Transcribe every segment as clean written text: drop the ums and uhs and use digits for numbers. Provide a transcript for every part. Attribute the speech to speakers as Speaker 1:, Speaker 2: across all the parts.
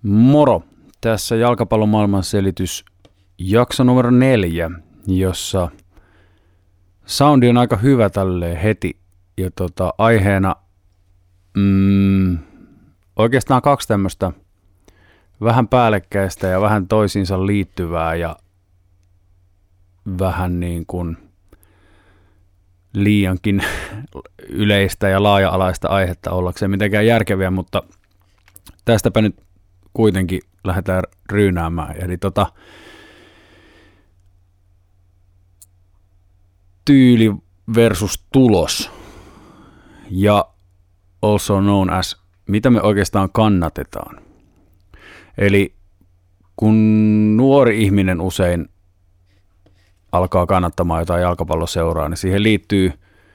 Speaker 1: Moro! Tässä jalkapallon maailmanselitys jakso numero 4, jossa soundi on aika hyvä tälleen heti. Ja aiheena oikeastaan 2 tämmöistä vähän päällekkäistä ja vähän toisiinsa liittyvää ja vähän niin kuin liiankin yleistä ja laaja-alaista aihetta ollakseen mitenkään järkeviä, mutta tästäpä nyt kuitenkin lähdetään ryynäämään. Eli tyyli versus tulos ja also known as mitä me oikeastaan kannatetaan. Eli kun nuori ihminen usein alkaa kannattamaan jotain jalkapalloseuraa, niin siihen liittyy,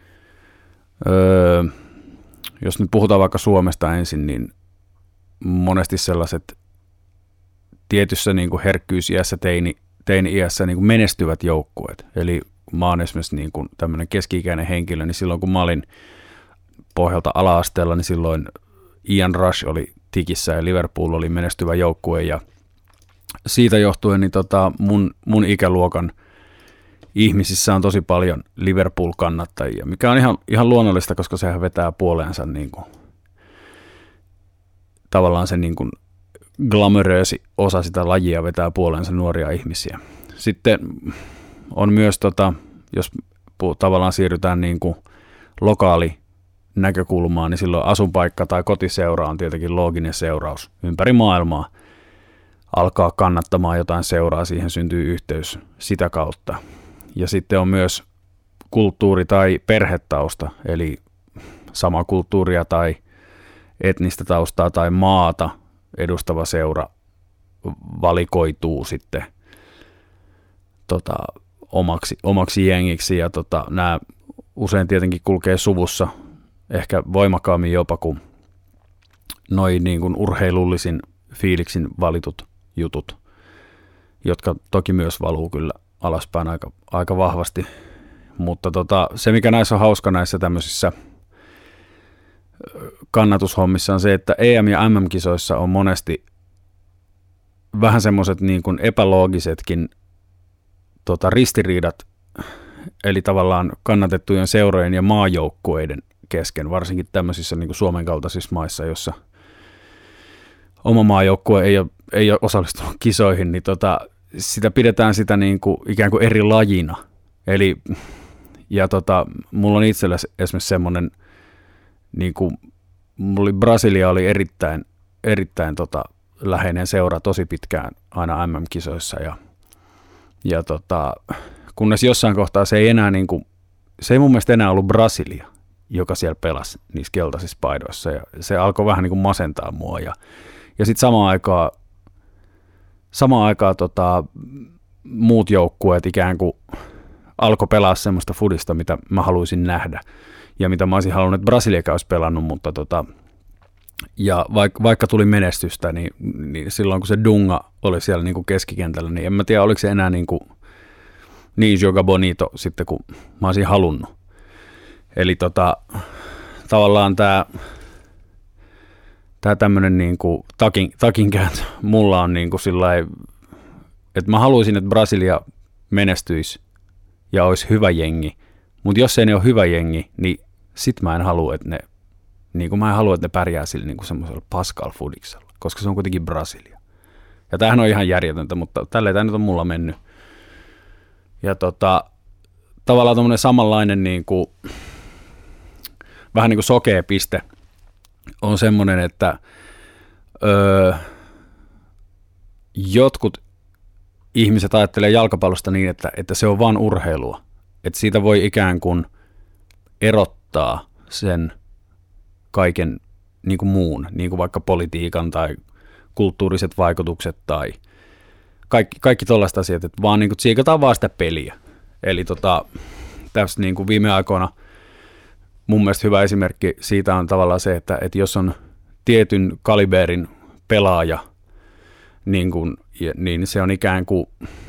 Speaker 1: jos nyt puhutaan vaikka Suomesta ensin, niin monesti sellaiset tietyssä niin kuin herkkyysiässä, teini-iässä niin kuin menestyvät joukkueet. Eli mä oon esimerkiksi niin kuin tämmöinen keski-ikäinen henkilö, niin silloin kun mä olin pohjalta ala-asteella, niin silloin Ian Rush oli tikissä ja Liverpool oli menestyvä joukkue. Ja siitä johtuen niin mun ikäluokan ihmisissä on tosi paljon Liverpool-kannattajia, mikä on ihan luonnollista, koska sehän vetää puoleensa niin kuin tavallaan se niin kuin glamoröösi osa sitä lajia vetää puoleensa nuoria ihmisiä. Sitten on myös, jos tavallaan siirrytään niin kuin lokaali näkökulmaan, niin silloin asuinpaikka tai kotiseura on tietenkin looginen seuraus ympäri maailmaa. Alkaa kannattamaan jotain seuraa, siihen syntyy yhteys sitä kautta. Ja sitten on myös kulttuuri- tai perhetausta, eli samaa kulttuuria tai etnistä taustaa tai maata edustava seura valikoituu sitten omaksi jengiksi, ja nämä usein tietenkin kulkee suvussa, ehkä voimakkaammin jopa kuin noin niin kuin urheilullisin fiiliksin valitut jutut, jotka toki myös valuu kyllä alaspäin aika vahvasti, mutta se mikä näissä on hauska näissä tämmöisissä kannatushommissa on se, että EM- ja MM-kisoissa on monesti vähän semmoiset niin kuin epäloogisetkin ristiriidat, eli tavallaan kannatettujen seurojen ja maajoukkueiden kesken, varsinkin tämmöisissä niin kuin Suomen kaltaisissa maissa, jossa oma maajoukkue ei ole osallistunut kisoihin, niin sitä pidetään sitä niin kuin ikään kuin eri lajina. Eli, ja mulla on itsellä esimerkiksi semmoinen, niin kuin, Brasilia oli erittäin läheinen seura tosi pitkään aina MM-kisoissa, ja kunnes jossain kohtaa se ei mun mielestä enää ollut Brasilia, joka siellä pelasi niissä keltaisissa paidoissa, ja se alkoi vähän niin kuin masentaa mua, ja sitten samaan aikaan muut joukkueet ikään kuin alkoi pelaa semmoista fudista, mitä mä haluaisin nähdä, ja mitä mä olisin halunnut, että Brasiliakaan olisi pelannut, mutta ja vaikka tuli menestystä, niin silloin kun se Dunga oli siellä niin kuin keskikentällä, niin en mä tiedä, oliko se enää niin joga bonito sitten, kun mä olisin halunnut. Eli tavallaan tämä tämmöinen niin kuin takinkääntö mulla on niin kuin sillai, että mä haluaisin, että Brasilia menestyisi ja olisi hyvä jengi, mutta jos ei ne ole hyvä jengi, niin sit mä en halua, että ne pärjää sillä niin kuin semmoisella paskalla fudiksella, koska se on kuitenkin Brasilia. Ja tämähän on ihan järjetöntä, mutta tälleen tämä nyt on mulla mennyt. Ja tavallaan tommoinen samanlainen niin kuin, vähän niin kuin sokea piste on semmoinen, että jotkut ihmiset ajattelee jalkapallosta niin, että se on vain urheilua. Että siitä voi ikään kuin erottaa sen kaiken niin kuin muun, niin kuin vaikka politiikan tai kulttuuriset vaikutukset tai kaikki tollaiset asiat, että vaan niin kuin tsiikataan vaan sitä peliä. Eli tässä niin kuin viime aikoina mun mielestä hyvä esimerkki siitä on tavallaan se, että jos on tietyn kaliberin pelaaja, niin se on ikään kuin,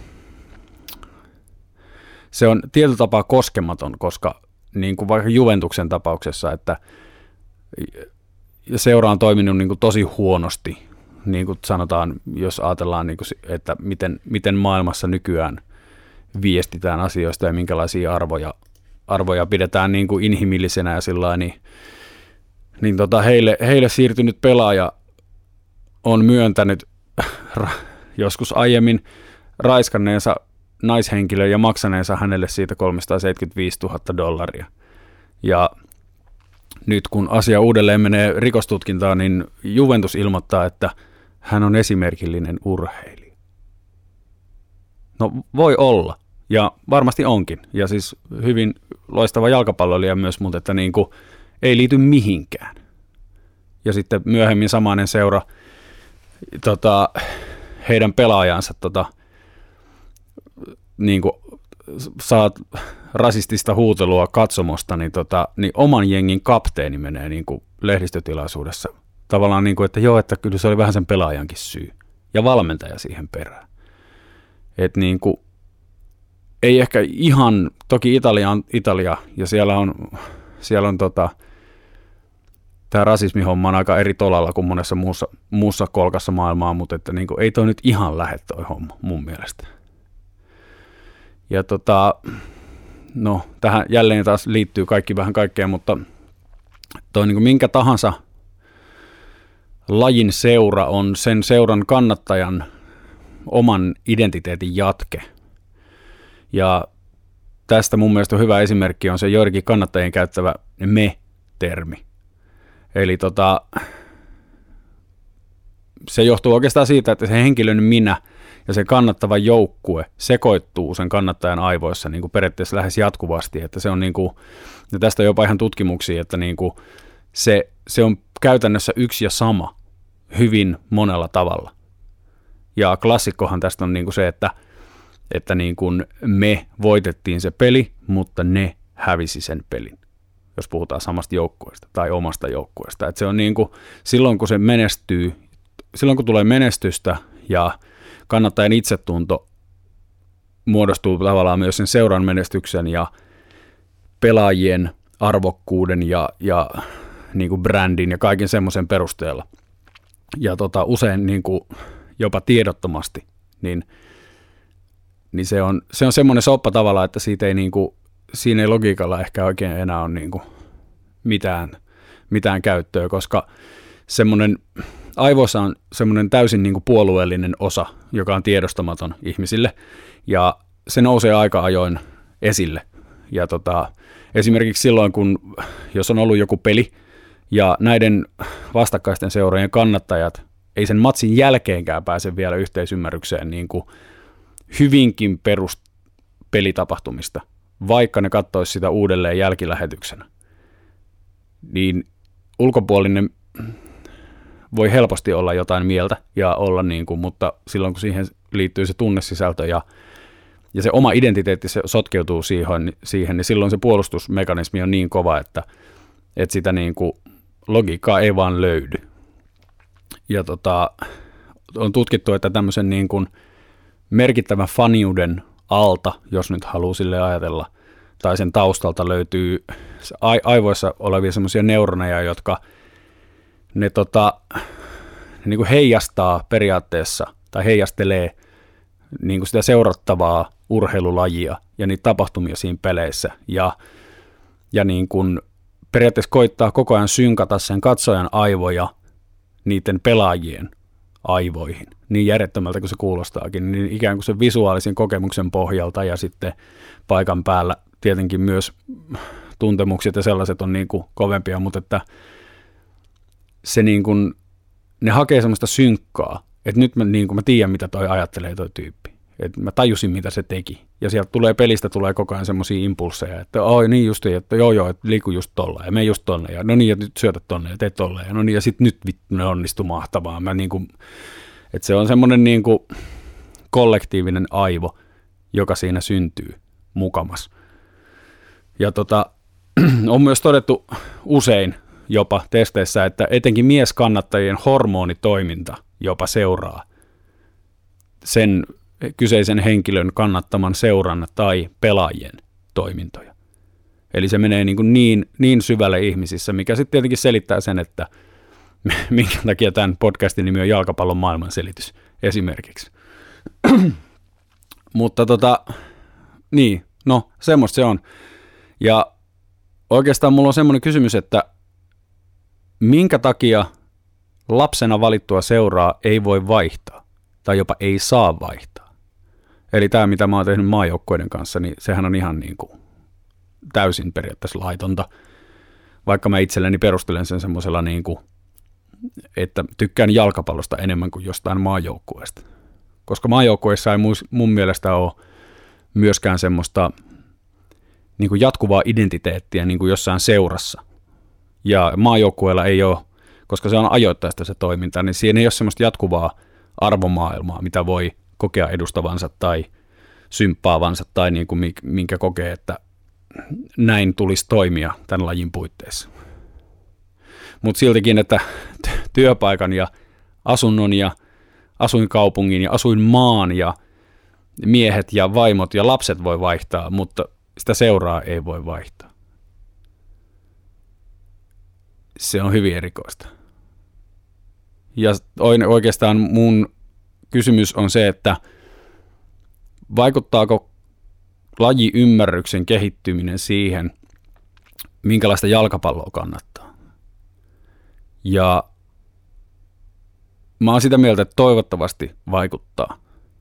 Speaker 1: se on tietyllä tapaa koskematon, koska niin kuin vaikka Juventuksen tapauksessa, että seura on toiminut niin kuin tosi huonosti niin kuin sanotaan, jos ajatellaan, niin kuin, että miten maailmassa nykyään viestitään asioista ja minkälaisia arvoja pidetään niin kuin inhimillisenä ja sillä niin heille siirtynyt pelaaja on myöntänyt joskus aiemmin raiskanneensa naishenkilö ja maksaneensa hänelle siitä $375,000. Ja nyt kun asia uudelleen menee rikostutkintaan, niin Juventus ilmoittaa, että hän on esimerkillinen urheilija. No voi olla, ja varmasti onkin, ja siis hyvin loistava jalkapalloilija myös, mutta että niin kuin ei liity mihinkään. Ja sitten myöhemmin samainen seura heidän pelaajansa niin kuin saat rasistista huutelua katsomosta, niin oman jengin kapteeni menee niin kuin lehdistötilaisuudessa tavallaan niin kuin, että joo, että kyllä se oli vähän sen pelaajankin syy ja valmentaja siihen perään. Että niin kuin ei ehkä ihan, toki Italia on Italia ja siellä on tämä rasismihomma on aika eri tolalla kuin monessa muussa kolkassa maailmaa, mutta että niin kuin, ei toi nyt ihan lähde toi homma mun mielestä. Ja no tähän jälleen taas liittyy kaikki vähän kaikkeen, mutta toi niin kuin minkä tahansa lajin seura on sen seuran kannattajan oman identiteetin jatke. Ja tästä mun mielestä hyvä esimerkki on se joidenkin kannattajien käyttävä me-termi. Eli se johtuu oikeastaan siitä, että se henkilön minä ja se kannattava joukkue sekoittuu sen kannattajan aivoissa niin kuin periaatteessa lähes jatkuvasti, että se on niin kuin, ja tästä on jopa ihan tutkimuksia, että niin kuin se on käytännössä yksi ja sama hyvin monella tavalla. Ja klassikkohan tästä on niin kuin se, että niin kuin me voitettiin se peli, mutta ne hävisi sen pelin, jos puhutaan samasta joukkueesta tai omasta joukkueesta. Että se on niin kuin, silloin kun se menestyy, silloin kun tulee menestystä ja kannattajan itsetunto muodostuu tavallaan myös sen seuran menestyksen ja pelaajien arvokkuuden ja niin kuin brändin ja kaiken semmoisen perusteella. Ja usein niin kuin jopa tiedottomasti, niin se on semmoinen soppa tavallaan, että siitä ei niin kuin, siinä ei logiikalla ehkä oikein enää ole niin kuin mitään käyttöä, koska semmoinen aivoissa on semmoinen täysin niin kuin puolueellinen osa, joka on tiedostamaton ihmisille, ja se nousee aika ajoin esille. Ja esimerkiksi silloin, jos on ollut joku peli, ja näiden vastakkaisten seurojen kannattajat ei sen matsin jälkeenkään pääse vielä yhteisymmärrykseen niin kuin hyvinkin peruspelitapahtumista, vaikka ne katsoisi sitä uudelleen jälkilähetyksenä, niin ulkopuolinen voi helposti olla jotain mieltä ja olla niin kuin, mutta silloin kun siihen liittyy se tunnesisältö ja se oma identiteetti se sotkeutuu siihen, niin silloin se puolustusmekanismi on niin kova, että sitä niin kuin logiikkaa ei vaan löydy. Ja on tutkittu, että tämmöisen niin kuin merkittävän faniuden alta, jos nyt haluaa sille ajatella, tai sen taustalta löytyy aivoissa olevia semmoisia neuroneja, jotka ne niin kuin heijastaa periaatteessa, tai heijastelee niin kuin sitä seurattavaa urheilulajia ja niitä tapahtumia siinä peleissä, ja niin kuin periaatteessa koittaa koko ajan synkata sen katsojan aivoja niiden pelaajien aivoihin, niin järjettömältä kuin se kuulostaakin, niin ikään kuin sen visuaalisen kokemuksen pohjalta ja sitten paikan päällä tietenkin myös tuntemukset ja sellaiset on niin kuin kovempia, mutta että se niin kuin, ne hakee semmoista synkkaa, että nyt mä tiedän, mitä toi ajattelee toi tyyppi. Että mä tajusin, mitä se teki. Ja sieltä pelistä tulee koko ajan semmoisia impulseja, että oi niin just, että joo, että liiku just tolla ja mene just tonne ja no niin, ja nyt syötä tonne ja tee tolle ja no niin, ja sit nyt vittu ne onnistu mahtavaa. Mä niin kuin, että se on semmoinen niin kuin kollektiivinen aivo, joka siinä syntyy mukamas. Ja on myös todettu usein jopa testeissä, että etenkin mieskannattajien hormonitoiminta jopa seuraa sen kyseisen henkilön kannattaman seuran tai pelaajien toimintoja. Eli se menee niin syvälle ihmisissä, mikä sitten tietenkin selittää sen, että minkä takia tämän podcastin nimi on Jalkapallon maailmanselitys esimerkiksi. Mutta niin, no semmoista se on. Ja oikeastaan mulla on semmoinen kysymys, että minkä takia lapsena valittua seuraa ei voi vaihtaa tai jopa ei saa vaihtaa. Eli tämä, mitä mä oon tehnyt maajoukkueiden kanssa, niin sehän on ihan niin kuin täysin periaatteessa laitonta. Vaikka mä itselleni perustelen sen semmoisella niin kuin, että tykkään jalkapallosta enemmän kuin jostain maajoukkueesta. Koska maajoukkueessa ei mun mielestä ole myöskään semmoista niin kuin jatkuvaa identiteettiä niin kuin jossain seurassa. Ja maajoukkueella ei ole, koska se on ajoittaista se toiminta, niin siinä ei ole semmoista jatkuvaa arvomaailmaa, mitä voi kokea edustavansa tai symppaavansa tai niin kuin minkä kokee, että näin tulisi toimia tämän lajin puitteissa. Mutta siltikin, että työpaikan ja asunnon ja asuinkaupungin ja asuinmaan ja miehet ja vaimot ja lapset voi vaihtaa, mutta sitä seuraa ei voi vaihtaa. Se on hyvin erikoista. Ja oikeastaan mun kysymys on se, että vaikuttaako lajiymmärryksen kehittyminen siihen, minkälaista jalkapalloa kannattaa. Ja mä oon sitä mieltä, että toivottavasti vaikuttaa.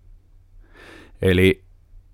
Speaker 1: Eli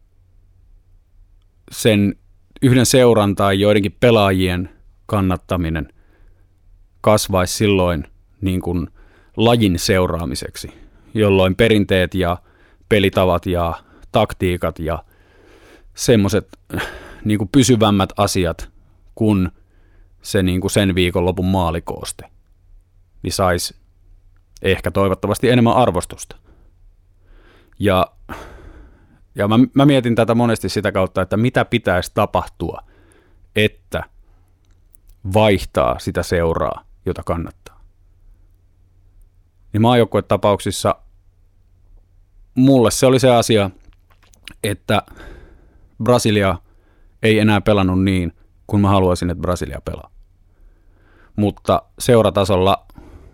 Speaker 1: sen yhden seuran tai joidenkin pelaajien kannattaminen kasvaisi silloin niin kuin lajin seuraamiseksi, jolloin perinteet ja pelitavat ja taktiikat ja semmoiset niin kuin pysyvämmät asiat kuin se niin kuin sen viikonlopun maalikooste, niin saisi ehkä toivottavasti enemmän arvostusta. Ja mä mietin tätä monesti sitä kautta, että mitä pitäisi tapahtua, että vaihtaa sitä seuraa, jota kannattaa. Niin maajoukkuetapauksissa mulle se oli se asia, että Brasilia ei enää pelannut niin, kuin mä haluaisin, että Brasilia pelaa. Mutta seuratasolla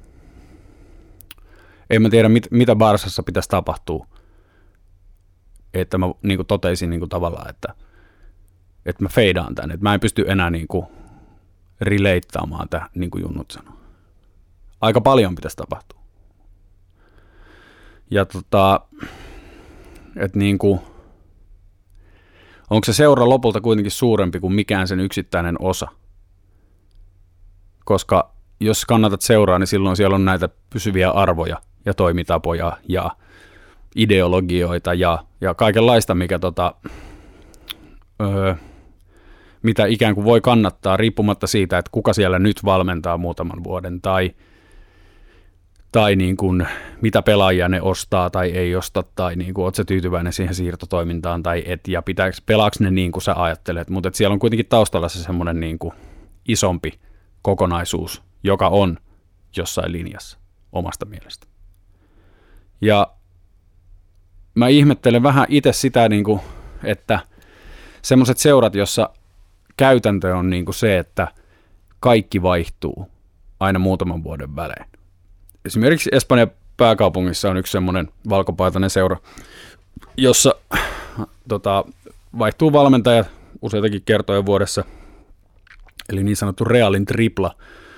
Speaker 1: en mä tiedä, mitä Barsassa pitäisi tapahtua, että mä niin kuin totesin niin kuin tavallaan, että mä feidaan tämän, että mä en pysty enää niin kuin releittaamaan tähän, niin kuin Junnut sanoi. Aika paljon pitäisi tapahtua. Ja että niin kuin, onko se seura lopulta kuitenkin suurempi kuin mikään sen yksittäinen osa? Koska jos kannatat seuraa, niin silloin siellä on näitä pysyviä arvoja ja toimitapoja ja ideologioita ja kaikenlaista, mikä mitä ikään kuin voi kannattaa riippumatta siitä, että kuka siellä nyt valmentaa muutaman vuoden tai niin kuin, mitä pelaajia ne ostaa tai ei osta tai niin kuin, oot sä tyytyväinen siihen siirtotoimintaan tai et ja pelaaks ne niin kuin sä ajattelet, mutta siellä on kuitenkin taustalla se semmoinen niin kuin isompi kokonaisuus, joka on jossain linjassa omasta mielestä. Ja mä ihmettelen vähän itse sitä, niin kuin, että semmoiset seurat, jossa käytäntö on niin kuin se, että kaikki vaihtuu aina muutaman vuoden välein. Esimerkiksi Espanjan pääkaupungissa on yksi semmoinen valkopaitainen seura, jossa vaihtuu valmentajat useitakin kertoja vuodessa, eli niin sanottu Realin tripla.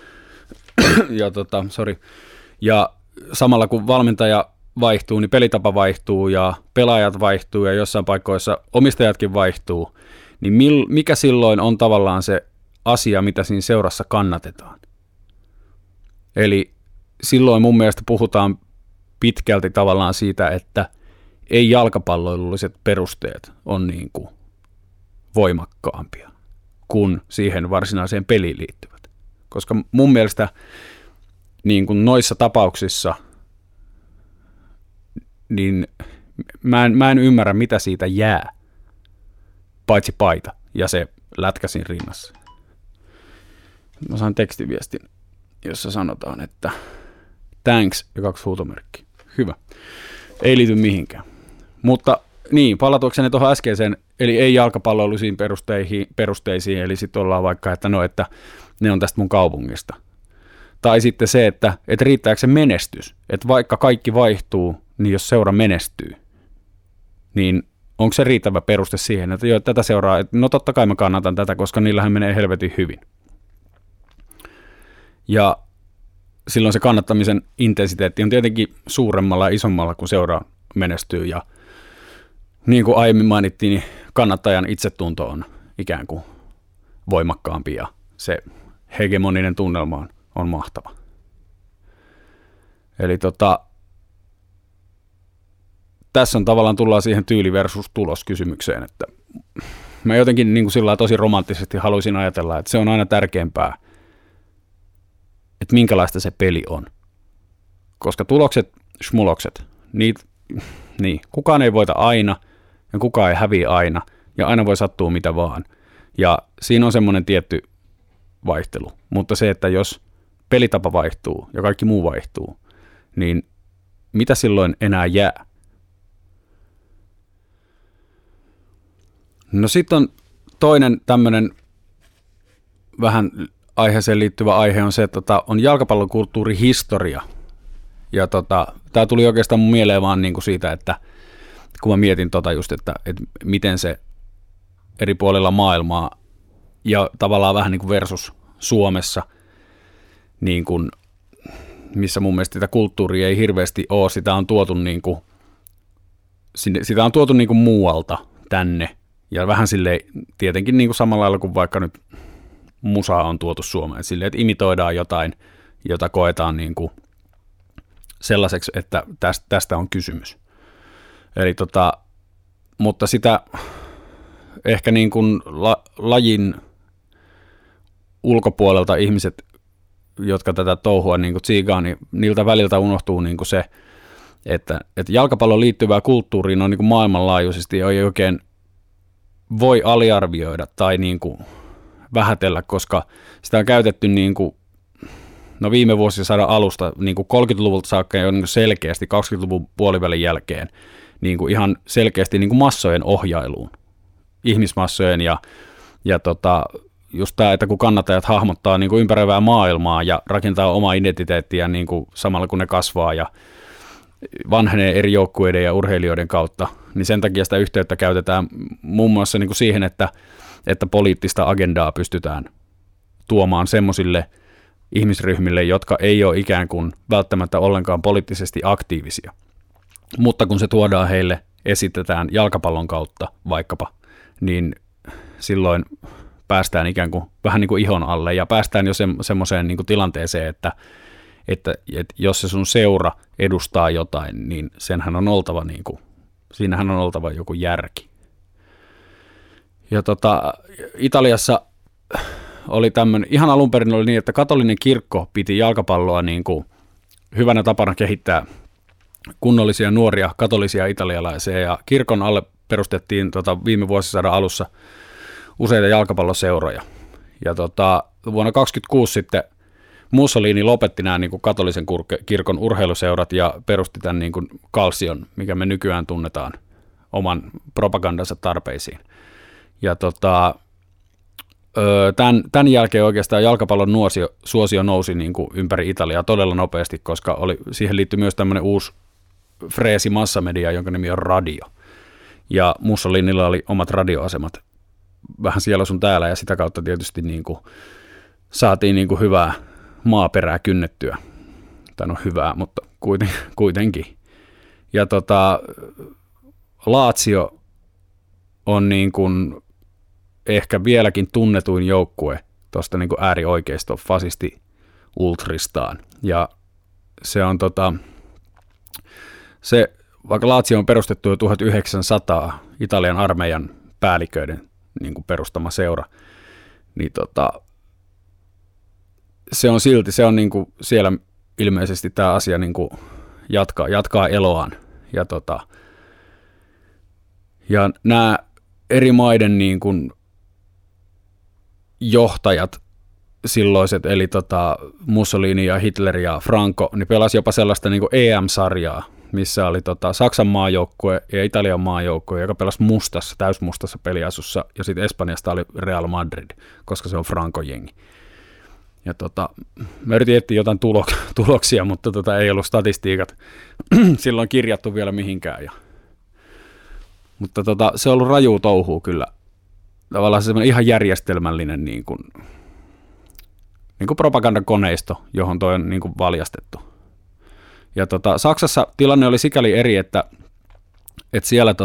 Speaker 1: Ja samalla kun valmentaja vaihtuu, niin pelitapa vaihtuu ja pelaajat vaihtuu ja jossain paikoissa omistajatkin vaihtuu, niin mikä silloin on tavallaan se asia, mitä siinä seurassa kannatetaan? Eli silloin mun mielestä puhutaan pitkälti tavallaan siitä, että ei jalkapalloilulliset perusteet on niin kuin voimakkaampia kuin siihen varsinaiseen peliin liittyvät. Koska mun mielestä niin kuin noissa tapauksissa niin mä en ymmärrä, mitä siitä jää, paitsi paita ja se lätkäsin rinnassa. Mä saan tekstiviestin, jossa sanotaan, että thanks ja 2 huutomerkkiä. Hyvä. Ei liity mihinkään. Mutta niin, palatuakseni tuohon äskeiseen, eli ei jalkapallollisiin perusteisiin, eli sitten ollaan vaikka, että no, että ne on tästä mun kaupungista. Tai sitten se, että riittääkö se menestys, että vaikka kaikki vaihtuu, niin jos seura menestyy, niin onko se riittävä peruste siihen, että joo, tätä seuraa, että no totta kai mä kannatan tätä, koska niillähän menee helvetin hyvin. Ja silloin se kannattamisen intensiteetti on tietenkin suuremmalla ja isommalla, kun seura menestyy. Ja niin kuin aiemmin mainittiin, niin kannattajan itsetunto on ikään kuin voimakkaampi ja se hegemoninen tunnelma on mahtava. Eli tässä on tavallaan tullaan siihen tyyli versus tulos kysymykseen, että mä jotenkin niin kuin sillä tosi romanttisesti haluaisin ajatella, että se on aina tärkeämpää, että minkälaista se peli on. Koska tulokset, smulokset, niin, kukaan ei voita aina ja kukaan ei häviä aina ja aina voi sattua mitä vaan. Ja siinä on semmoinen tietty vaihtelu, mutta se, että jos pelitapa vaihtuu ja kaikki muu vaihtuu, niin mitä silloin enää jää? No sitten on toinen tämmöinen vähän aiheeseen liittyvä aihe on se, että on jalkapallokulttuurihistoria. Ja tämä tuli oikeastaan mun mieleen vaan niin kuin siitä, että kun mä mietin just, että miten se eri puolilla maailmaa ja tavallaan vähän niin kuin versus Suomessa, niin kuin, missä mun mielestä sitä kulttuuria ei hirveästi ole, sitä on tuotu niin kuin muualta tänne. Ja vähän silleen, tietenkin niin kuin samalla lailla kuin vaikka nyt musaa on tuotu Suomeen, silleen, että imitoidaan jotain, jota koetaan niin kuin sellaiseksi, että tästä on kysymys. Eli mutta sitä ehkä niin kuin lajin ulkopuolelta ihmiset, jotka tätä touhua niin kuin tsiigaa, niin niiltä väliltä unohtuu niin kuin se, että jalkapallon liittyvää kulttuuriin on niin kuin maailmanlaajuisesti ei oikein voi aliarvioida tai niin kuin vähätellä, koska sitä on käytetty niin kuin, viime vuosisadan alusta niin kuin 30-luvulta saakka jo niin selkeästi 20-luvun puolivälin jälkeen niin kuin ihan selkeästi niin kuin massojen ohjailuun, ihmismassojen ja just tämä, että kun kannattajat hahmottaa niin kuin ympäröivää maailmaa ja rakentaa omaa identiteettiä niin kuin samalla kun ne kasvaa ja vanhenee eri joukkueiden ja urheilijoiden kautta, niin sen takia sitä yhteyttä käytetään muun muassa niin kuin siihen, että poliittista agendaa pystytään tuomaan semmoisille ihmisryhmille, jotka ei ole ikään kuin välttämättä ollenkaan poliittisesti aktiivisia. Mutta kun se tuodaan heille, esitetään jalkapallon kautta vaikkapa, niin silloin päästään ikään kuin vähän niin kuin ihon alle ja päästään jo semmoiseen niin kuin tilanteeseen, että jos se sun seura edustaa jotain, niin siinähän on oltava joku järki. Ja Italiassa oli tämmöinen, ihan alun perin oli niin, että katolinen kirkko piti jalkapalloa niin kuin hyvänä tapana kehittää kunnollisia nuoria katolisia italialaisia, ja kirkon alle perustettiin viime vuosisadan alussa useita jalkapalloseuroja. Ja vuonna 1926 sitten Mussolini lopetti nämä niin kuin katolisen kirkon urheiluseurat ja perusti tämän niin kuin Calcion, mikä me nykyään tunnetaan oman propagandansa tarpeisiin. Ja tämän jälkeen oikeastaan jalkapallon suosio nousi niin kuin ympäri Italiaa todella nopeasti, koska siihen liittyi myös tämmöinen uusi freesi massamedia, jonka nimi on radio. Ja Mussolinilla oli omat radioasemat vähän siellä sun täällä, ja sitä kautta tietysti niin kuin saatiin niin kuin hyvää maaperää kynnettyä. Tai no hyvää, mutta kuitenkin. Ja Lazio on niin kuin ehkä vieläkin tunnetuin joukkue tuosta niin kuin äärioikeisto fasisti ultristaan. Ja se on vaikka Lazio on perustettu jo 1900 Italian armeijan päälliköiden niin kuin perustama seura, niin se on niin kuin siellä ilmeisesti tämä asia niin kuin jatkaa eloaan. Ja nämä eri maiden niin kuin johtajat silloiset, eli Mussolini ja Hitler ja Franco, niin pelasi jopa sellaista niin kuin EM-sarjaa, missä oli Saksan maajoukkue ja Italian maajoukkue, joka pelasi täysmustassa peliasussa, ja sitten Espanjasta oli Real Madrid, koska se on Franco-jengi. Ja mä yritin etsiä jotain tuloksia, mutta ei ollut statistiikat silloin kirjattu vielä mihinkään. Mutta se on ollut rajua touhua kyllä. Tavallaan semmoinen ihan järjestelmällinen niin kuin propagandakoneisto, johon toi on niin kuin valjastettu. Ja Saksassa tilanne oli sikäli eri, että siellä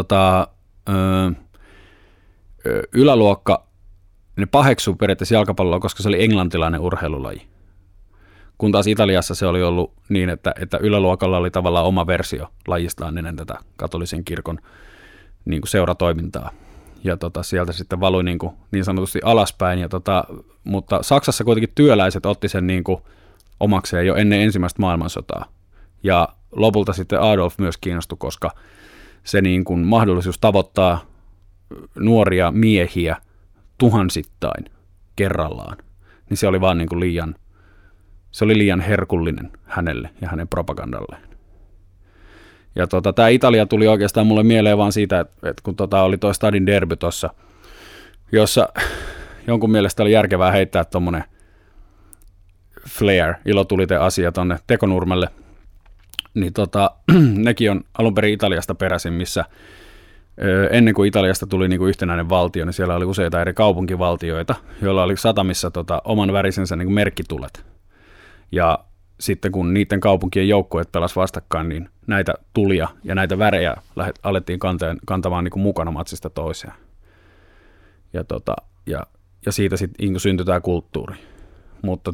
Speaker 1: yläluokka, ne paheksuu periaatteessa jalkapalloa, koska se oli englantilainen urheilulaji. Kun taas Italiassa se oli ollut niin, että yläluokalla oli tavallaan oma versio lajistaan ennen tätä katolisen kirkon niin kuin seuratoimintaa. Ja sieltä sitten valui niin sanotusti alaspäin. Mutta Saksassa kuitenkin työläiset otti sen niin kuin omakseen jo ennen ensimmäistä maailmansotaa. Ja lopulta sitten Adolf myös kiinnostui, koska se niin kuin mahdollisuus tavoittaa nuoria miehiä tuhansittain kerrallaan, niin se oli vaan niin kuin liian herkullinen hänelle ja hänen propagandalleen. Ja tämä Italia tuli oikeastaan mulle mieleen vaan siitä, että kun oli toi Stadin derby tuossa, jossa jonkun mielestä oli järkevää heittää tuommoinen flare, ilotulite-asia tonne Tekonurmelle, niin nekin on alun perin Italiasta peräisin, missä ennen kuin Italiasta tuli niin kuin yhtenäinen valtio, niin siellä oli useita eri kaupunkivaltioita, joilla oli satamissa oman värisensä niin kuin merkkitulet. Ja sitten kun niiden kaupunkien joukkueet pelasi vastakkain, niin näitä tulia ja näitä värejä alettiin kantamaan niin kuin mukana matsista toiseen. Ja siitä sitten syntyi tämä kulttuuri. Mutta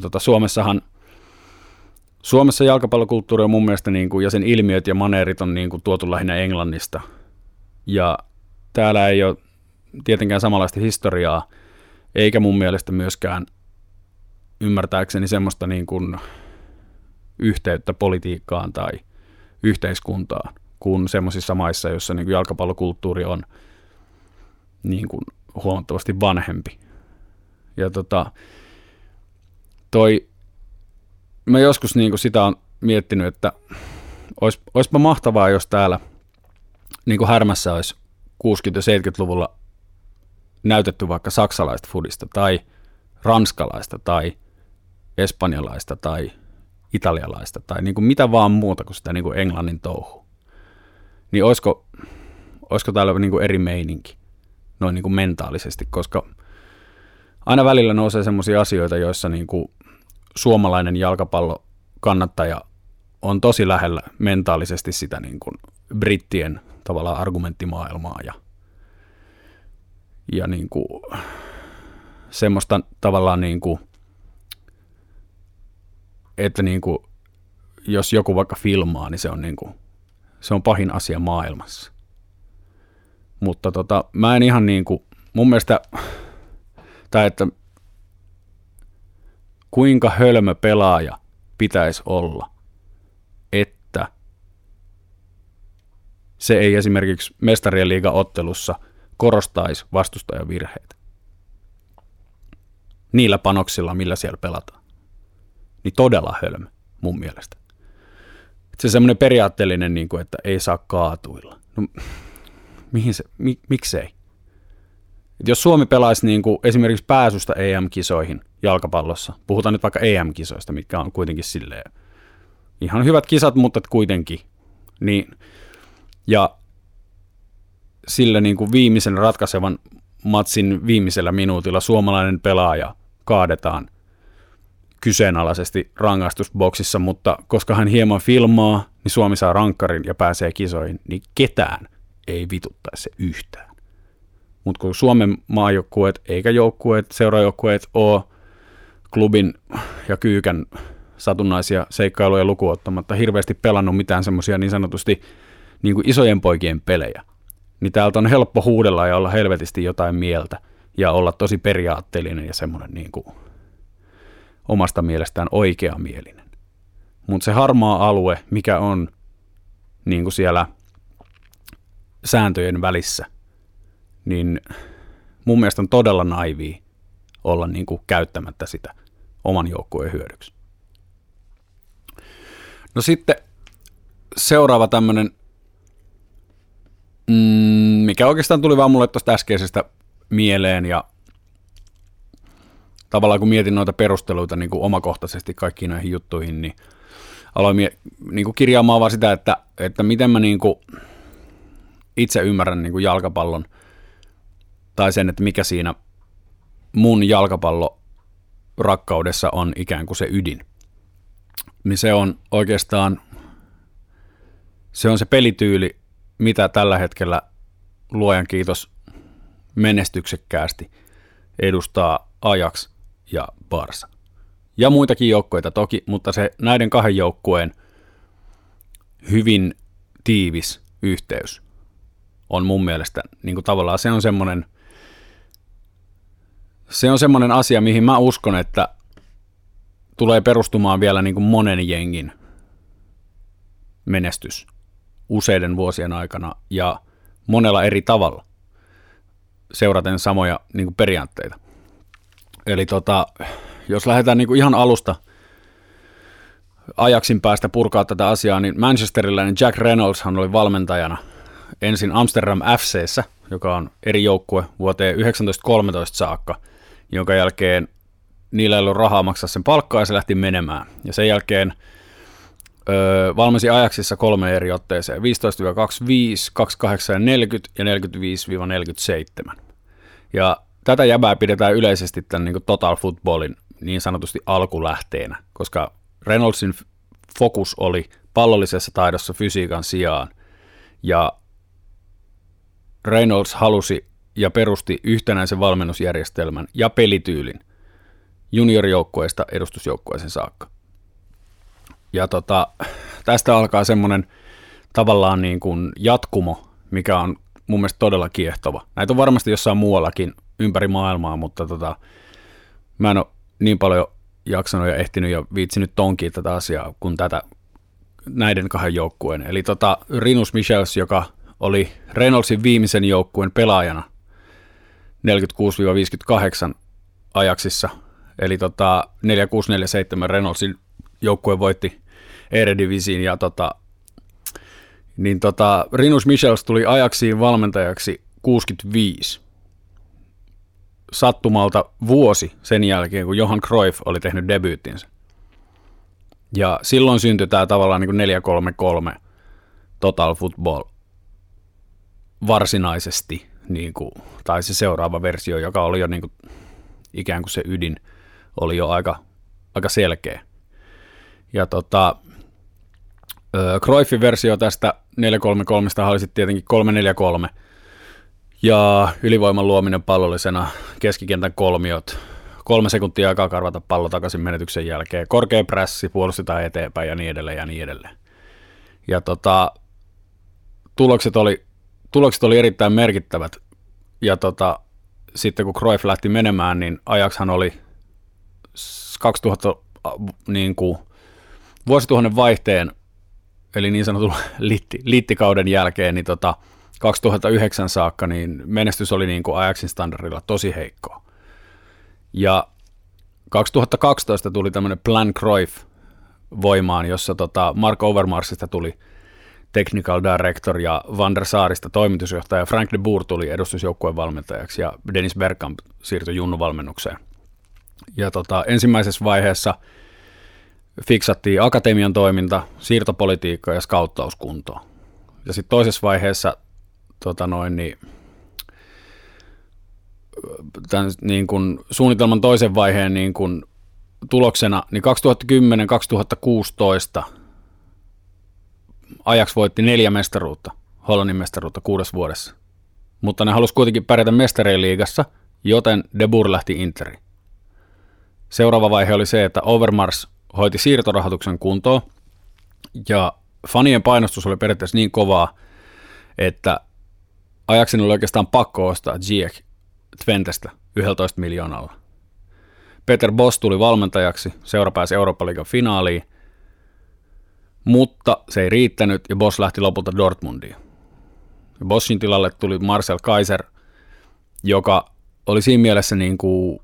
Speaker 1: Suomessa jalkapallokulttuuri on mun mielestä, niin kuin, ja sen ilmiöt ja maneerit on niin kuin tuotu lähinnä Englannista. Ja täällä ei ole tietenkään samanlaista historiaa, eikä mun mielestä myöskään ymmärtääkseni semmoista niin kuin yhteyttä politiikkaan tai yhteiskuntaan kuin semmoisissa maissa, joissa niin kuin jalkapallokulttuuri on niin kuin huomattavasti vanhempi. Ja mä joskus niin kuin sitä on miettinyt, että olisipa mahtavaa, jos täällä niin kuin Härmässä olisi 60- ja 70-luvulla näytetty vaikka saksalaista fudista tai ranskalaista tai espanjalaista tai italialaista tai niin kuin mitä vaan muuta kuin sitä niin kuin englannin touhua. Niin olisiko täällä niin kuin eri meininki noin niin kuin mentaalisesti, koska aina välillä nousee semmoisia asioita, joissa niin kuin suomalainen jalkapallokannattaja on tosi lähellä mentaalisesti sitä niin kuin brittien tavallaan argumenttimaailmaa ja niin kuin semmoista tavallaan niin kuin, että niin kuin, jos joku vaikka filmaa, niin se on pahin asia maailmassa. Mutta mä en ihan niin kuin, mun mielestä, tai että kuinka hölmö pelaaja pitäisi olla, että se ei esimerkiksi Mestarien liigan ottelussa korostaisi vastustajan virheitä. Niillä panoksilla, millä siellä pelataan. Niin todella hölmö mun mielestä. Se semmoinen periaatteellinen, niin kuin, että ei saa kaatuilla. No, miksei? Et jos Suomi pelaisi niin kuin esimerkiksi pääsystä EM-kisoihin jalkapallossa, puhutaan nyt vaikka EM-kisoista, mitkä on kuitenkin silleen ihan hyvät kisat, mutta kuitenkin, niin, ja sillä niin kuin viimeisen ratkaisevan matsin viimeisellä minuutilla suomalainen pelaaja kaadetaan kyseenalaisesti rangaistusboksissa, mutta koska hän hieman filmaa, niin Suomi saa rankkarin ja pääsee kisoihin, niin ketään ei vituttaisi se yhtään. Mutta kun Suomen maajoukkueet eikä joukkueet, seurajoukkueet ole klubin ja kyykän satunnaisia seikkailuja lukuottamatta hirveästi pelannut mitään semmoisia niin sanotusti niin kuin isojen poikien pelejä, niin täältä on helppo huudella ja olla helvetisti jotain mieltä ja olla tosi periaatteellinen ja semmoinen niin kuin omasta mielestään oikeamielinen. Mutta se harmaa alue, mikä on niin kuin siellä sääntöjen välissä, niin mun mielestä on todella naivia olla niin kuin käyttämättä sitä oman joukkueen hyödyksi. No sitten seuraava tämmöinen, mikä oikeastaan tuli vaan mulle tuosta äskeisestä mieleen ja tavallaan kun mietin noita perusteluita niin kuin omakohtaisesti kaikkiin näihin juttuihin, niin aloin niin kuin kirjaamaan vaan sitä, että miten mä niin kuin itse ymmärrän niin kuin jalkapallon tai sen, että mikä siinä mun jalkapallorakkaudessa on ikään kuin se ydin. Niin se on oikeastaan, se on se pelityyli, mitä tällä hetkellä luojan kiitos menestyksekkäästi edustaa Ajax ja Barça. Ja muitakin joukkueita toki, mutta se näiden kahden joukkueen hyvin tiivis yhteys on mun mielestä niin kuin tavallaan se on semmoinen asia, mihin mä uskon, että tulee perustumaan vielä niin kuin monen jengin menestys useiden vuosien aikana ja monella eri tavalla seuraten samoja niin kuin periaatteita. Eli jos lähdetään niin kuin ihan alusta Ajaxin päästä purkaa tätä asiaa, niin manchesteriläinen Jack Reynoldshan oli valmentajana ensin Amsterdam FC:ssä, joka on eri joukkue vuoteen 1913 saakka, jonka jälkeen niillä ei ollut rahaa maksaa sen palkkaa ja se lähti menemään. Ja sen jälkeen valmensi Ajaxissa 3 eri otteeseen, 15-25, 28-40 ja 45-47. Ja tätä jäbää pidetään yleisesti tämän niin kuin total footballin niin sanotusti alkulähteenä, koska Reynoldsin fokus oli pallollisessa taidossa fysiikan sijaan. Ja Reynolds halusi ja perusti yhtenäisen valmennusjärjestelmän ja pelityylin juniorijoukkueesta edustusjoukkueeseen saakka. Ja tästä alkaa semmoinen tavallaan niin kuin jatkumo, mikä on mun mielestä todella kiehtova. Näitä on varmasti jossain muuallakin ympäri maailmaa, mutta mä en ole niin paljon jaksanut ja ehtinyt ja viitsinyt tonkia tätä asiaa kuin näiden kahden joukkueen. Eli Rinus Michels, joka oli Reynoldsin viimeisen joukkueen pelaajana 46-58 Ajaxissa, eli 46-47 Reynoldsin joukkue voitti Eredivisiin ja Rinus Michels tuli Ajaxiin valmentajaksi 65 sattumalta vuosi sen jälkeen, kun Johan Cruyff oli tehnyt debyyttinsä. Ja silloin syntyi tämä tavallaan niin kuin 4-3-3 total football varsinaisesti, niin kuin, tai se seuraava versio, joka oli jo niin kuin, ikään kuin se ydin, oli jo aika selkeä. Ja Cruyffin versio tästä 4-3-3 oli sitten tietenkin 3-4-3, ja ylivoiman luominen pallollisena, keskikentän kolmiot, 3 sekuntia aikaa karvata pallo takaisin menetyksen jälkeen, korkea prässi, puolustetaan eteenpäin ja niin edelleen ja niin edelleen. Ja tulokset oli erittäin merkittävät, ja sitten kun Cruyff lähti menemään, niin Ajaxhan oli 2000 niin kuin vuosituhannen vaihteen, eli niin sanotun liittikauden jälkeen, niin 2009 saakka, niin menestys oli niin kuin Ajaxin standardilla tosi heikkoa. Ja 2012 tuli tämmöinen Plan Cruyff voimaan, jossa Mark Overmarsista tuli technical director ja Van der Saarista toimitusjohtaja, Frank de Boer tuli edustusjoukkueen valmentajaksi ja Dennis Bergkamp siirtyi junnuvalmennukseen. Ja ensimmäisessä vaiheessa fiksattiin akatemian toiminta, siirtopolitiikka ja skauttauskuntoa. Ja sitten toisessa vaiheessa tämän niin kuin suunnitelman toisen vaiheen niin kuin tuloksena, niin 2010-2016 Ajax voitti 4 mestaruutta, Hollannin mestaruutta 6 vuodessa. Mutta ne halusi kuitenkin pärjätä mestarien liigassa, joten De Boer lähti Interiin. Seuraava vaihe oli se, että Overmars hoiti siirtorahoituksen kuntoon, ja fanien painostus oli periaatteessa niin kovaa, että Ajaxin oli oikeastaan pakko ostaa Ziyech Twentestä 11 miljoonalla. Peter Bosz tuli valmentajaksi, seura pääsi Eurooppa-liigan finaaliin, mutta se ei riittänyt ja Bosz lähti lopulta Dortmundiin. Boszin tilalle tuli Marcel Kaiser, joka oli siinä mielessä niin kuin,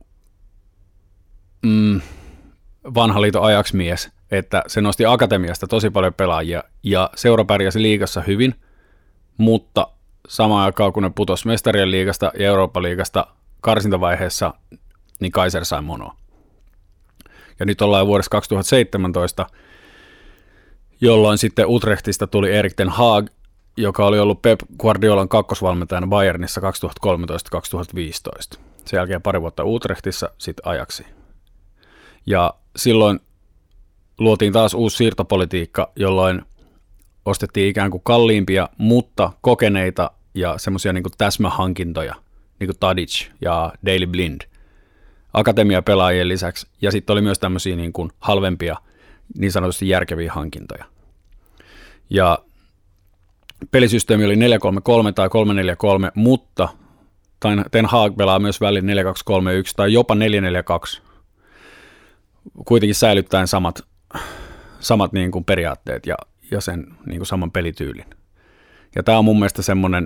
Speaker 1: vanha liiton Ajax-mies, että se nosti akatemiasta tosi paljon pelaajia ja seura pärjäsi liigassa hyvin, mutta samaan aikaan kun ne putosi mestarien liigasta ja Eurooppa-liigasta karsintavaiheessa, niin Kaiser sai monoa. Ja nyt ollaan vuodessa 2017, jolloin sitten Utrechtista tuli Erik ten Hag, joka oli ollut Pep Guardiolan kakkosvalmentajana Bayernissa 2013-2015. Sen jälkeen pari vuotta Utrechtissa, sitten Ajaxiin. Ja silloin luotiin taas uusi siirtopolitiikka, jolloin ostettiin ikään kuin kalliimpia, mutta kokeneita ja semmoisia niin kuin täsmähankintoja, niin kuin Tadic ja Daley Blind, akatemiapelaajien lisäksi. Ja sitten oli myös tämmöisiä niin kuin halvempia, niin sanotusti järkeviä hankintoja. Ja pelisysteemi oli 4-3-3 tai 3-4-3, mutta Ten Hag pelaa myös välin 4-2-3-1 tai jopa 4-4-2. Kuitenkin säilyttäen samat niin kuin periaatteet ja sen niin kuin saman pelityylin. Ja tämä on mun mielestä semmoinen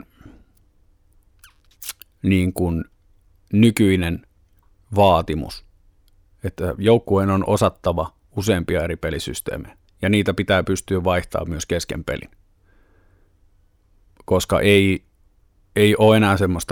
Speaker 1: niin kuin nykyinen vaatimus, että joukkueen on osattava useampia eri pelisysteemejä, ja niitä pitää pystyä vaihtamaan myös kesken pelin. Koska ei ole enää semmoista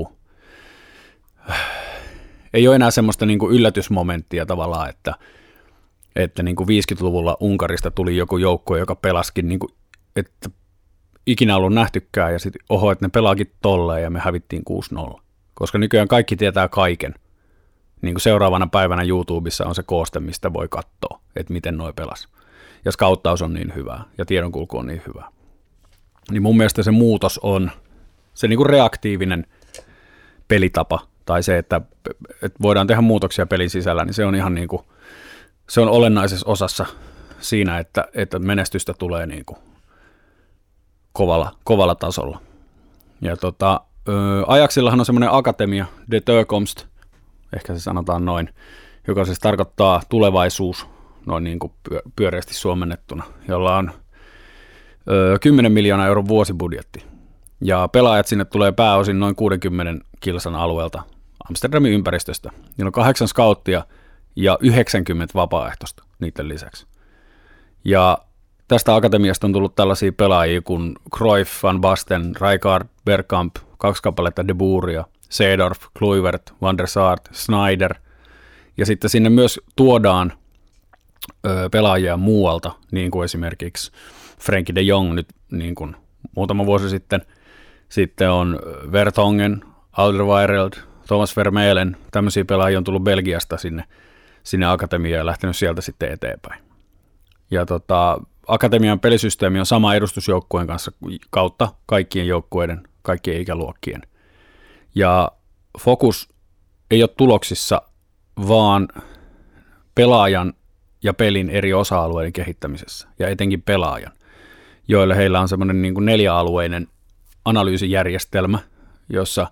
Speaker 1: niin kuin yllätysmomenttia tavallaan, että niin kuin 50-luvulla Unkarista tuli joku joukkue, joka pelasikin, niin kuin, että ikinä ollut nähtykään, ja sitten että ne pelaakin tolleen, ja me hävittiin 6-0. Koska nykyään kaikki tietää kaiken. Niin kuin seuraavana päivänä YouTubessa on se kooste, mistä voi katsoa, että miten noi pelas. Ja skauttaus on niin hyvää, ja tiedonkulku on niin hyvää. Niin mun mielestä se muutos on se niin kuin reaktiivinen pelitapa, tai se, että voidaan tehdä muutoksia pelin sisällä, niin se on ihan niin kuin, se on olennaisessa osassa siinä, että menestystä tulee niin kuin kovalla tasolla. Ja Ajaxillahan on semmoinen akatemia, De Toekomst, ehkä se sanotaan noin, joka siis tarkoittaa tulevaisuus, noin niin kuin pyöreästi suomennettuna, jolla on 10 miljoonaa euron vuosibudjetti. Ja pelaajat sinne tulee pääosin noin 60 kilsan alueelta Amsterdamin ympäristöstä. Niillä on 8 skauttia ja 90 vapaaehtoista niiden lisäksi. Ja tästä akatemiasta on tullut tällaisia pelaajia kuin Cruyff, Van Basten, Rijkaard, Bergkamp, 2 kappaletta De Boeria, Seedorf, Kluivert, Van der Sar, Sneijder. Ja sitten sinne myös tuodaan pelaajia muualta, niin kuin esimerkiksi Frenkie de Jong nyt niin kuin muutama vuosi sitten. Sitten on Vertonghen, Alderweireld, Thomas Vermeulen, tämmöisiä pelaajia on tullut Belgiasta sinne akatemiaan ja lähtenyt sieltä sitten eteenpäin. Ja akatemian pelisysteemi on sama edustusjoukkueen kanssa kautta kaikkien joukkueiden, kaikkien ikäluokkien. Ja fokus ei ole tuloksissa, vaan pelaajan ja pelin eri osa-alueiden kehittämisessä, ja etenkin pelaajan, joille heillä on semmoinen niin kuin 4-alueinen analyysijärjestelmä, jossa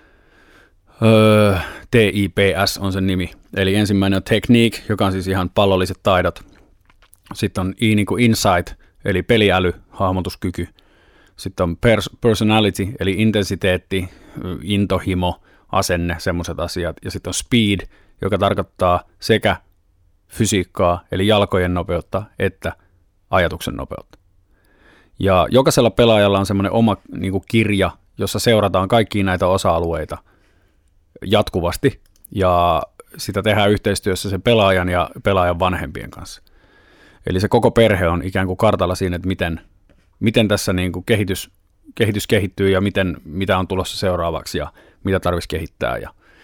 Speaker 1: TIPS on sen nimi. Eli ensimmäinen on technique, joka on siis ihan pallolliset taidot. Sitten on I niin kuin insight, eli peliäly, hahmotuskyky. Sitten on personality, eli intensiteetti, intohimo, asenne, semmoiset asiat. Ja sitten on speed, joka tarkoittaa sekä fysiikkaa, eli jalkojen nopeutta, että ajatuksen nopeutta. Ja jokaisella pelaajalla on semmoinen oma niin kuin kirja, jossa seurataan kaikkia näitä osa-alueita jatkuvasti, ja sitä tehdään yhteistyössä sen pelaajan ja pelaajan vanhempien kanssa. Eli se koko perhe on ikään kuin kartalla siinä, että miten tässä niin kuin kehitys kehittyy ja mitä on tulossa seuraavaksi ja mitä tarvitsisi kehittää.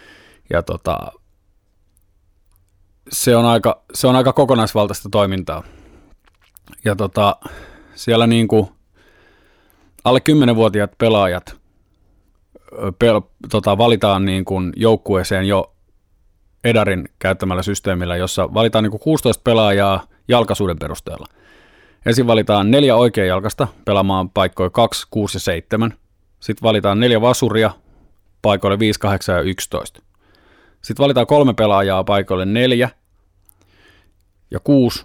Speaker 1: Se on aika kokonaisvaltaista toimintaa. Ja siellä niin kuin alle 10-vuotiaat pelaajat valitaan niin kuin joukkueeseen jo Edarin käyttämällä systeemillä, jossa valitaan niin kuin 16 pelaajaa jalkaisuuden perusteella. Ensin valitaan 4 oikeajalkasta pelaamaan paikkoja 2, 6 ja 7. Sitten valitaan 4 vasuria paikoille 5, 8 ja 11. Sitten valitaan 3 pelaajaa paikoille 4 ja 6.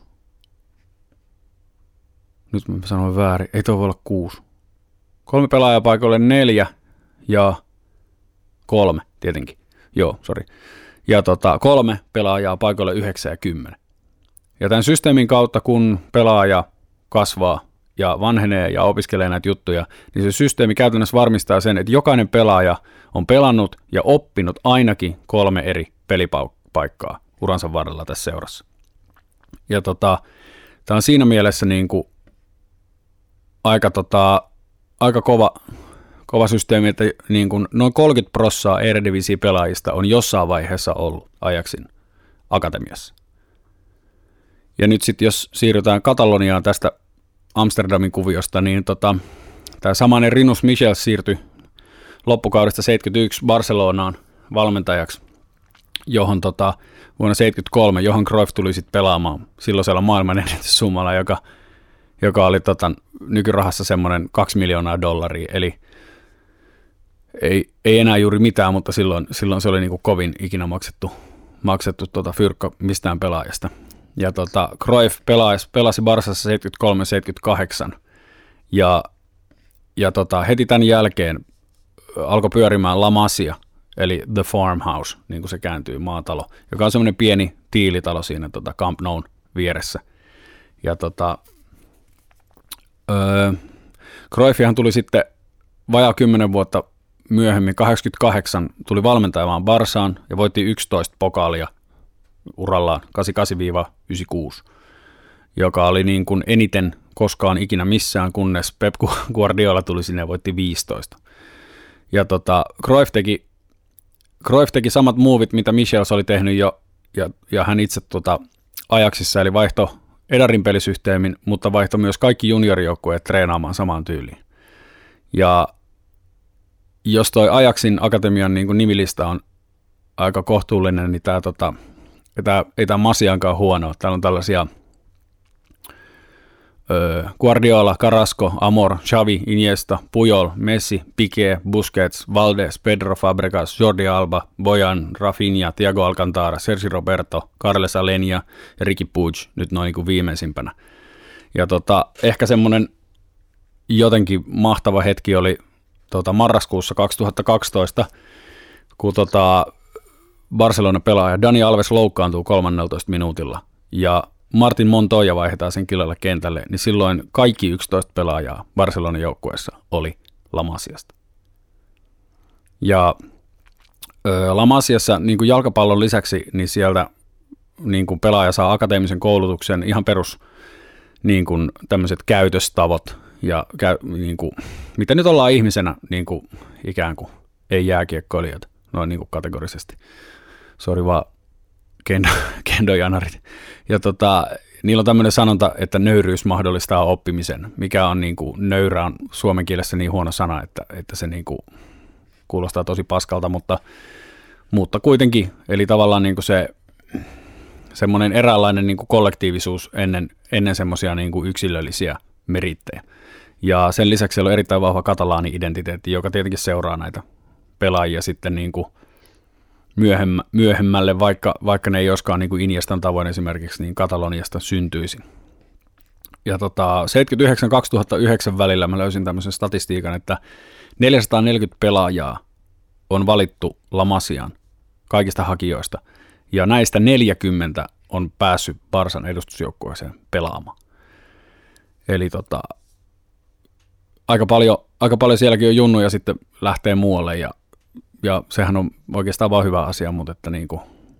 Speaker 1: Nyt mä sanoin väärin, ei toi voi olla 6. 3 pelaajaa paikoille 4 ja 3 tietenkin. Joo, sori. Ja 3 pelaajaa paikoille 9 ja 10. Ja tämän systeemin kautta, kun pelaaja kasvaa ja vanhenee ja opiskelee näitä juttuja, niin se systeemi käytännössä varmistaa sen, että jokainen pelaaja on pelannut ja oppinut ainakin 3 eri pelipaikkaa uransa varrella tässä seurassa. Ja tämä on siinä mielessä niin kuin aika kova systeemi, että niin kuin noin 30% Eredivisie-pelaajista on jossain vaiheessa ollut Ajaxin akatemiassa. Ja nyt sitten jos siirrytään Kataloniaan tästä Amsterdamin kuviosta, niin tämä samainen Rinus Michels siirtyi loppukaudesta 71 Barcelonaan valmentajaksi, johon vuonna 73, johon Cruyff tuli sitten pelaamaan silloisella maailmanennätyssummalla, joka oli nykyrahassa semmoinen $2 miljoonaa, eli ei enää juuri mitään, mutta silloin se oli niinku kovin ikinä maksettu fyrkka mistään pelaajasta. Ja Cruyff pelasi Barsassa 73-78 ja heti tämän jälkeen alkoi pyörimään La Masia, eli The Farmhouse, niin kuin se kääntyy, maatalo, joka on semmoinen pieni tiilitalo siinä Camp Noun vieressä. Ja Cruyffihan tuli sitten vajaa 10 vuotta myöhemmin, 88, tuli valmentajamaan Barsaan ja voitti 11 pokaalia urallaan 88-96, joka oli niin kuin eniten koskaan ikinä missään, kunnes Pep Guardiola tuli sinne ja voitti 15. Ja Cruyff teki samat muovit, mitä Michels oli tehnyt jo, ja hän itse Ajaxissa, eli vaihto Edarin pelisysteemin, mutta vaihtoi myös kaikki juniorijoukkueet treenaamaan samaan tyyliin. Ja jos toi Ajaxin akatemian niin kuin nimilista on aika kohtuullinen, niin ei tämä Masiankaan huono. Täällä on tällaisia Guardiola, Carrasco, Amor, Xavi, Iniesta, Puyol, Messi, Piqué, Busquets, Valdés, Pedro Fabregas, Jordi Alba, Bojan, Rafinha, Thiago Alcantara, Sergi Roberto, Carles Alenia ja Ricky Puig nyt noin niin kuin viimeisimpänä. Ja ehkä semmoinen jotenkin mahtava hetki oli marraskuussa 2012, kun Barcelona-pelaaja Dani Alves loukkaantuu 13 minuutilla ja Martin Montoya vaihdetaan sen kilalla kentälle, niin silloin kaikki 11 pelaajaa Barcelonan joukkueessa oli La Masiasta. Ja La Masiassa niin kuin jalkapallon lisäksi, niin sieltä niin kuin pelaaja saa akateemisen koulutuksen, ihan perus niin kuin tämmöiset käytöstavot, ja niin kuin, mitä nyt ollaan ihmisenä niin kuin, ikään kuin ei jääkiekkoilijat, noin niin kuin kategorisesti. Sori vaan kendojanarit. Ja niillä on tämmöinen sanonta, että nöyryys mahdollistaa oppimisen, mikä on niin kuin, nöyrä on suomen kielessä niin huono sana, että se niin kuin, kuulostaa tosi paskalta, mutta kuitenkin, eli tavallaan niin kuin se semmoinen eräänlainen niin kuin kollektiivisuus ennen semmoisia niin kuin yksilöllisiä merittejä. Ja sen lisäksi siellä on erittäin vahva katalaani-identiteetti, joka tietenkin seuraa näitä pelaajia sitten niin kuin myöhemmälle, vaikka ne ei joskaan niin kuin Iniestan tavoin esimerkiksi, niin Kataloniasta syntyisi. Ja 79-2009 välillä mä löysin tämmöisen statistiikan, että 440 pelaajaa on valittu La Masiaan kaikista hakijoista, ja näistä 40 on päässyt Barsan edustusjoukkueeseen pelaamaan. Eli aika paljon sielläkin on junnuja sitten lähtee muualle, ja sehän on oikeastaan vaan hyvä asia, mutta että niin kuin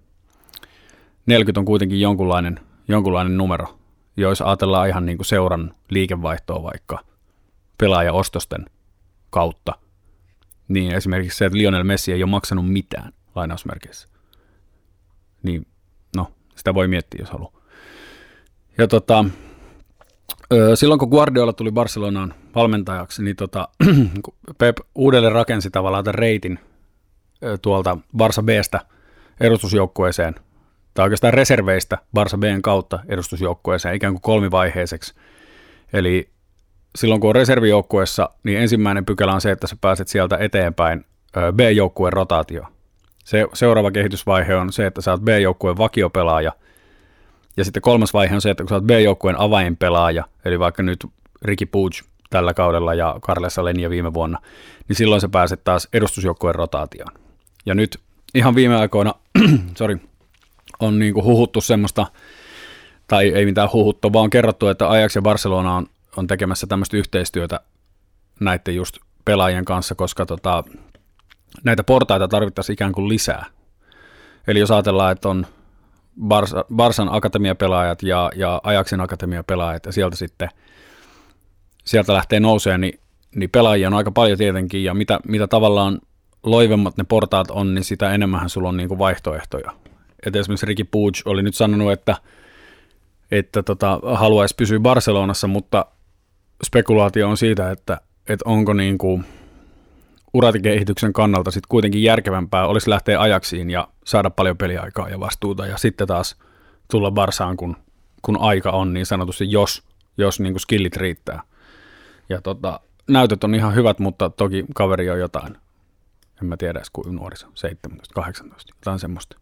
Speaker 1: 40 on kuitenkin jonkunlainen numero, jos ajatellaan ihan niin kuin seuran liikevaihtoa vaikka pelaajaostosten kautta, niin esimerkiksi se, että Lionel Messi ei ole maksanut mitään lainausmerkeissä, niin no, sitä voi miettiä, jos haluaa. Ja silloin kun Guardiola tuli Barcelonaan valmentajaksi, niin Pep uudelleen rakensi tavallaan tämän reitin tuolta Barça B:stä edustusjoukkueeseen, tai oikeastaan reserveistä Barça B:n kautta edustusjoukkueeseen ikään kuin kolmivaiheiseksi. Eli silloin kun on reservijoukkueessa, niin ensimmäinen pykälä on se, että sä pääset sieltä eteenpäin B-joukkueen rotaatio. Seuraava kehitysvaihe on se, että sä oot B-joukkueen vakiopelaaja, ja sitten kolmas vaihe on se, että kun sä oot B-joukkueen avainpelaaja, eli vaikka nyt Ricky Puig tällä kaudella ja Carles Alenia viime vuonna, niin silloin sä pääset taas edustusjoukkueen rotaatioon. Ja nyt ihan viime aikoina on niinku huhuttu semmoista, tai ei mitään huhuttu, vaan on kerrottu, että Ajax ja Barcelona on tekemässä tämmöistä yhteistyötä näiden just pelaajien kanssa, koska näitä portaita tarvittaisiin ikään kuin lisää. Eli jos ajatellaan, että on Barsan akatemiapelaajat ja Ajaxin akatemiapelaajat ja sieltä lähtee nousee, niin pelaajia on aika paljon tietenkin, ja mitä tavallaan loivemmat ne portaat on, niin sitä enemmän sulla on niinku vaihtoehtoja. Et esimerkiksi Ricky Puig oli nyt sanonut, että haluaisi pysyä Barcelonassa, mutta spekulaatio on siitä, että onko niinku uratikehityksen kannalta sitten kuitenkin järkevämpää olisi lähteä Ajaxiin ja saada paljon peliaikaa ja vastuuta, ja sitten taas tulla Barsaan, kun aika on niin sanotusti, jos niinku skillit riittää. Ja näytöt on ihan hyvät, mutta toki kaveri on jotain, en mä tiedä edes kuin nuoriso, 17, 18, jotain semmoista.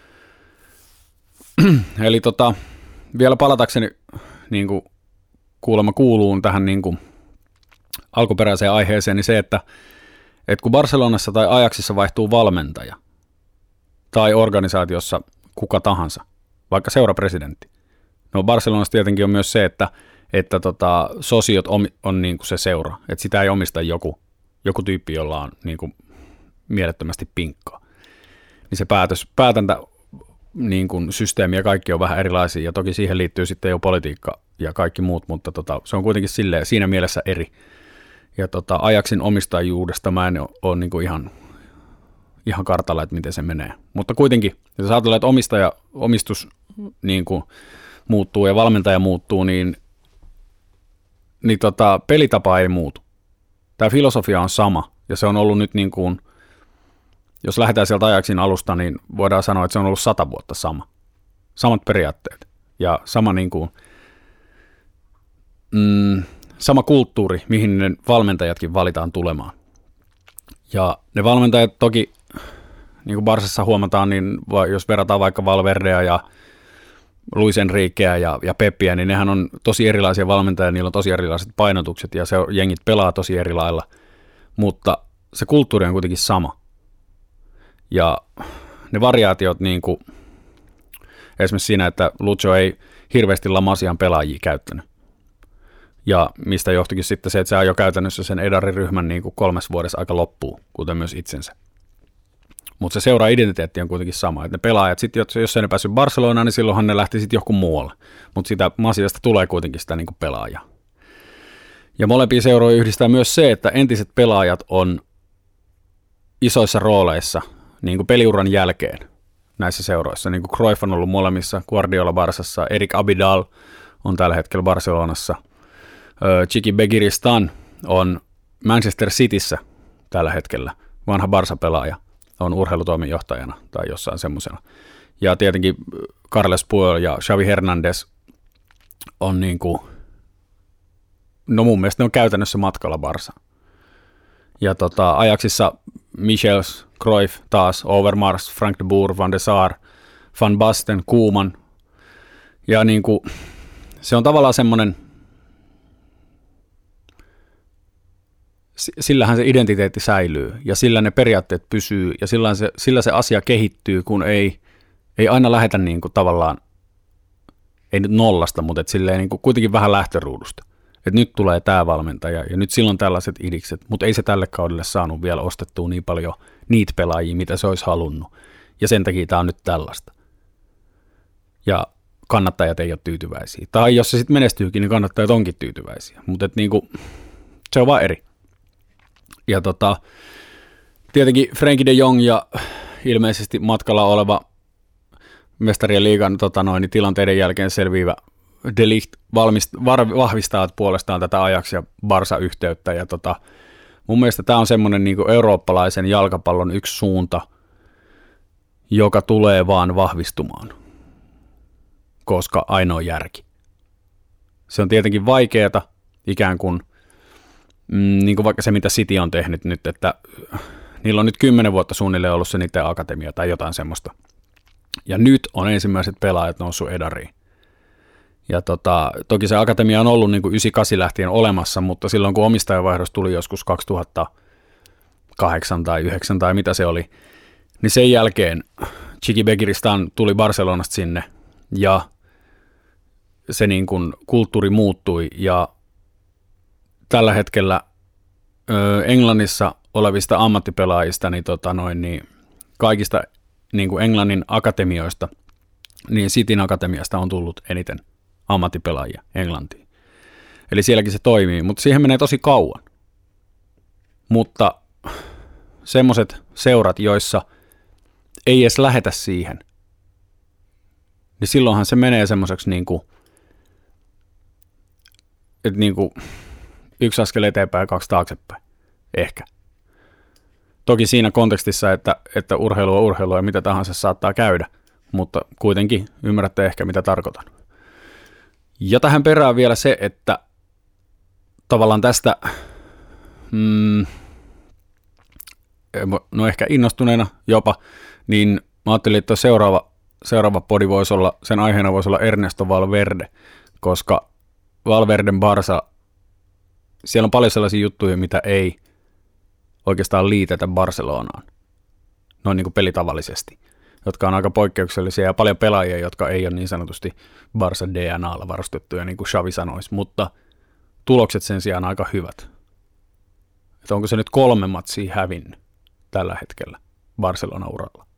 Speaker 1: Eli vielä palatakseni niin kuin kuulemma kuuluun tähän niin kuin alkuperäiseen aiheeseen, niin se, että kun Barcelonassa tai Ajaxissa vaihtuu valmentaja tai organisaatiossa kuka tahansa, vaikka seurapresidentti. No Barcelonassa tietenkin on myös se, että sosiot on niin kuin se seura, että sitä ei omista joku tyyppi, jolla on niin kuin mielettömästi pinkkaa. Niin se päätäntä niin kuin systeemi ja kaikki on vähän erilaisia, ja toki siihen liittyy sitten jo politiikka ja kaikki muut, mutta se on kuitenkin siinä mielessä eri. Ja Ajaxin omistajuudesta mä en ole niin kuin ihan kartalla, että miten se menee. Mutta kuitenkin, jos ajatellaan, että omistus niin kuin muuttuu ja valmentaja muuttuu, niin pelitapa ei muutu. Tämä filosofia on sama, ja se on ollut nyt niin kuin, jos lähdetään sieltä Ajaxin alusta, niin voidaan sanoa, että se on ollut 100 vuotta sama. Samat periaatteet ja sama, niin kuin, sama kulttuuri, mihin ne valmentajatkin valitaan tulemaan. Ja ne valmentajat toki, niin kuin Barsassa huomataan, niin jos verrataan vaikka Valverdea ja Luis Enriqueä ja Peppiä, niin nehän on tosi erilaisia valmentajia, niillä on tosi erilaiset painotukset ja jengit pelaa tosi eri lailla, mutta se kulttuuri on kuitenkin sama. Ja ne variaatiot, niin kuin esimerkiksi siinä, että Lucho ei hirveästi La Masian pelaajia käyttänyt. Ja mistä johtuikin sitten se, että se ajoi käytännössä sen Edari-ryhmän niin kuin 3 vuodessa aika loppuun, kuten myös itsensä. Mutta se seuraa identiteetti on kuitenkin sama. Että ne pelaajat, sit, jos ei ne päässyt Barcelonaan, niin silloinhan ne lähti sitten johonkin muualle. Mutta sitä Masiasta tulee kuitenkin sitä niin kuin pelaajaa. Ja molempia seuroja yhdistää myös se, että entiset pelaajat on isoissa rooleissa niin kuin peliuran jälkeen näissä seuroissa. Niin kuin Cruyff on ollut molemmissa, Guardiola Barsassa, Eric Abidal on tällä hetkellä Barcelonassa. Chiki Begiristan on Manchester Cityssä tällä hetkellä, vanha Barsa-pelaaja, on urheilutoimenjohtajana tai jossain semmoisena. Ja tietenkin Carles Puyol ja Xavi Hernandez on niin kuin, no mun mielestä ne on käytännössä matkalla Barsaan. Ja Ajaxissa Michels, Cruyff taas, Overmars, Frank de Boer, Van de Sar, Van Basten, Koeman. Ja niin kuin, se on tavallaan semmoinen, sillähän se identiteetti säilyy ja sillä ne periaatteet pysyy ja sillä se asia kehittyy, kun ei aina lähetä niin kuin tavallaan, ei nyt nollasta, mutta silleen niin kuin kuitenkin vähän lähtöruudusta. Että nyt tulee tämä valmentaja ja nyt silloin tällaiset idikset, mutta ei se tälle kaudelle saanut vielä ostettua niin paljon niitä pelaajia, mitä se olisi halunnut. Ja sen takia tämä on nyt tällaista. Ja kannattajat ei ole tyytyväisiä. Tai jos se sitten menestyykin, niin kannattajat onkin tyytyväisiä. Mutta niinku, se on vaan eri. Ja tietenkin Frenkie de Jong ja ilmeisesti matkalla oleva mestarien liigan tilanteiden jälkeen selviävä De Ligt vahvistaa puolestaan tätä Ajax- ja Barsa-yhteyttä. Ja mun mielestä tämä on semmoinen niin kuin eurooppalaisen jalkapallon yksi suunta, joka tulee vaan vahvistumaan, koska ainoa järki. Se on tietenkin vaikeaa, ikään kuin, niin kuin vaikka se, mitä City on tehnyt nyt, että niillä on nyt 10 vuotta suunnilleen ollut se niiden akatemia tai jotain semmoista. Ja nyt on ensimmäiset pelaajat noussut Edariin. Ja toki se akatemia on ollut niin kuin 98 lähtien olemassa, mutta silloin kun omistajavaihdos tuli joskus 2008 tai 2009 tai mitä se oli, niin sen jälkeen Chiki Begiristan tuli Barcelonasta sinne ja se niin kuin kulttuuri muuttui ja tällä hetkellä Englannissa olevista ammattipelaajista niin, niin kaikista niin kuin Englannin akatemioista, niin Cityn akatemiasta on tullut eniten ammattipelaajia Englantiin. Eli sielläkin se toimii, mutta siihen menee tosi kauan. Mutta semmoiset seurat, joissa ei edes lähetä siihen, niin silloinhan se menee semmoiseksi että yksi askel eteenpäin ja kaksi taaksepäin. Ehkä. Toki siinä kontekstissa, että urheilu on urheilua ja mitä tahansa saattaa käydä, mutta kuitenkin ymmärrätte ehkä mitä tarkoitan. Ja tähän perään vielä se, että tavallaan tästä, no ehkä innostuneena jopa, niin mä ajattelin, että seuraava podi voisi olla, sen aiheena voisi olla Ernesto Valverde, koska Valverden Barça, siellä on paljon sellaisia juttuja, mitä ei oikeastaan liitetä Barcelonaan, noin niin kuin pelitavallisesti, jotka on aika poikkeuksellisia ja paljon pelaajia, jotka ei ole niin sanotusti Barça DNAlla varustettuja, niin kuin Xavi sanoisi, mutta tulokset sen sijaan aika hyvät. Että onko se nyt 3 matsia hävinnyt tällä hetkellä Barcelona-uralla?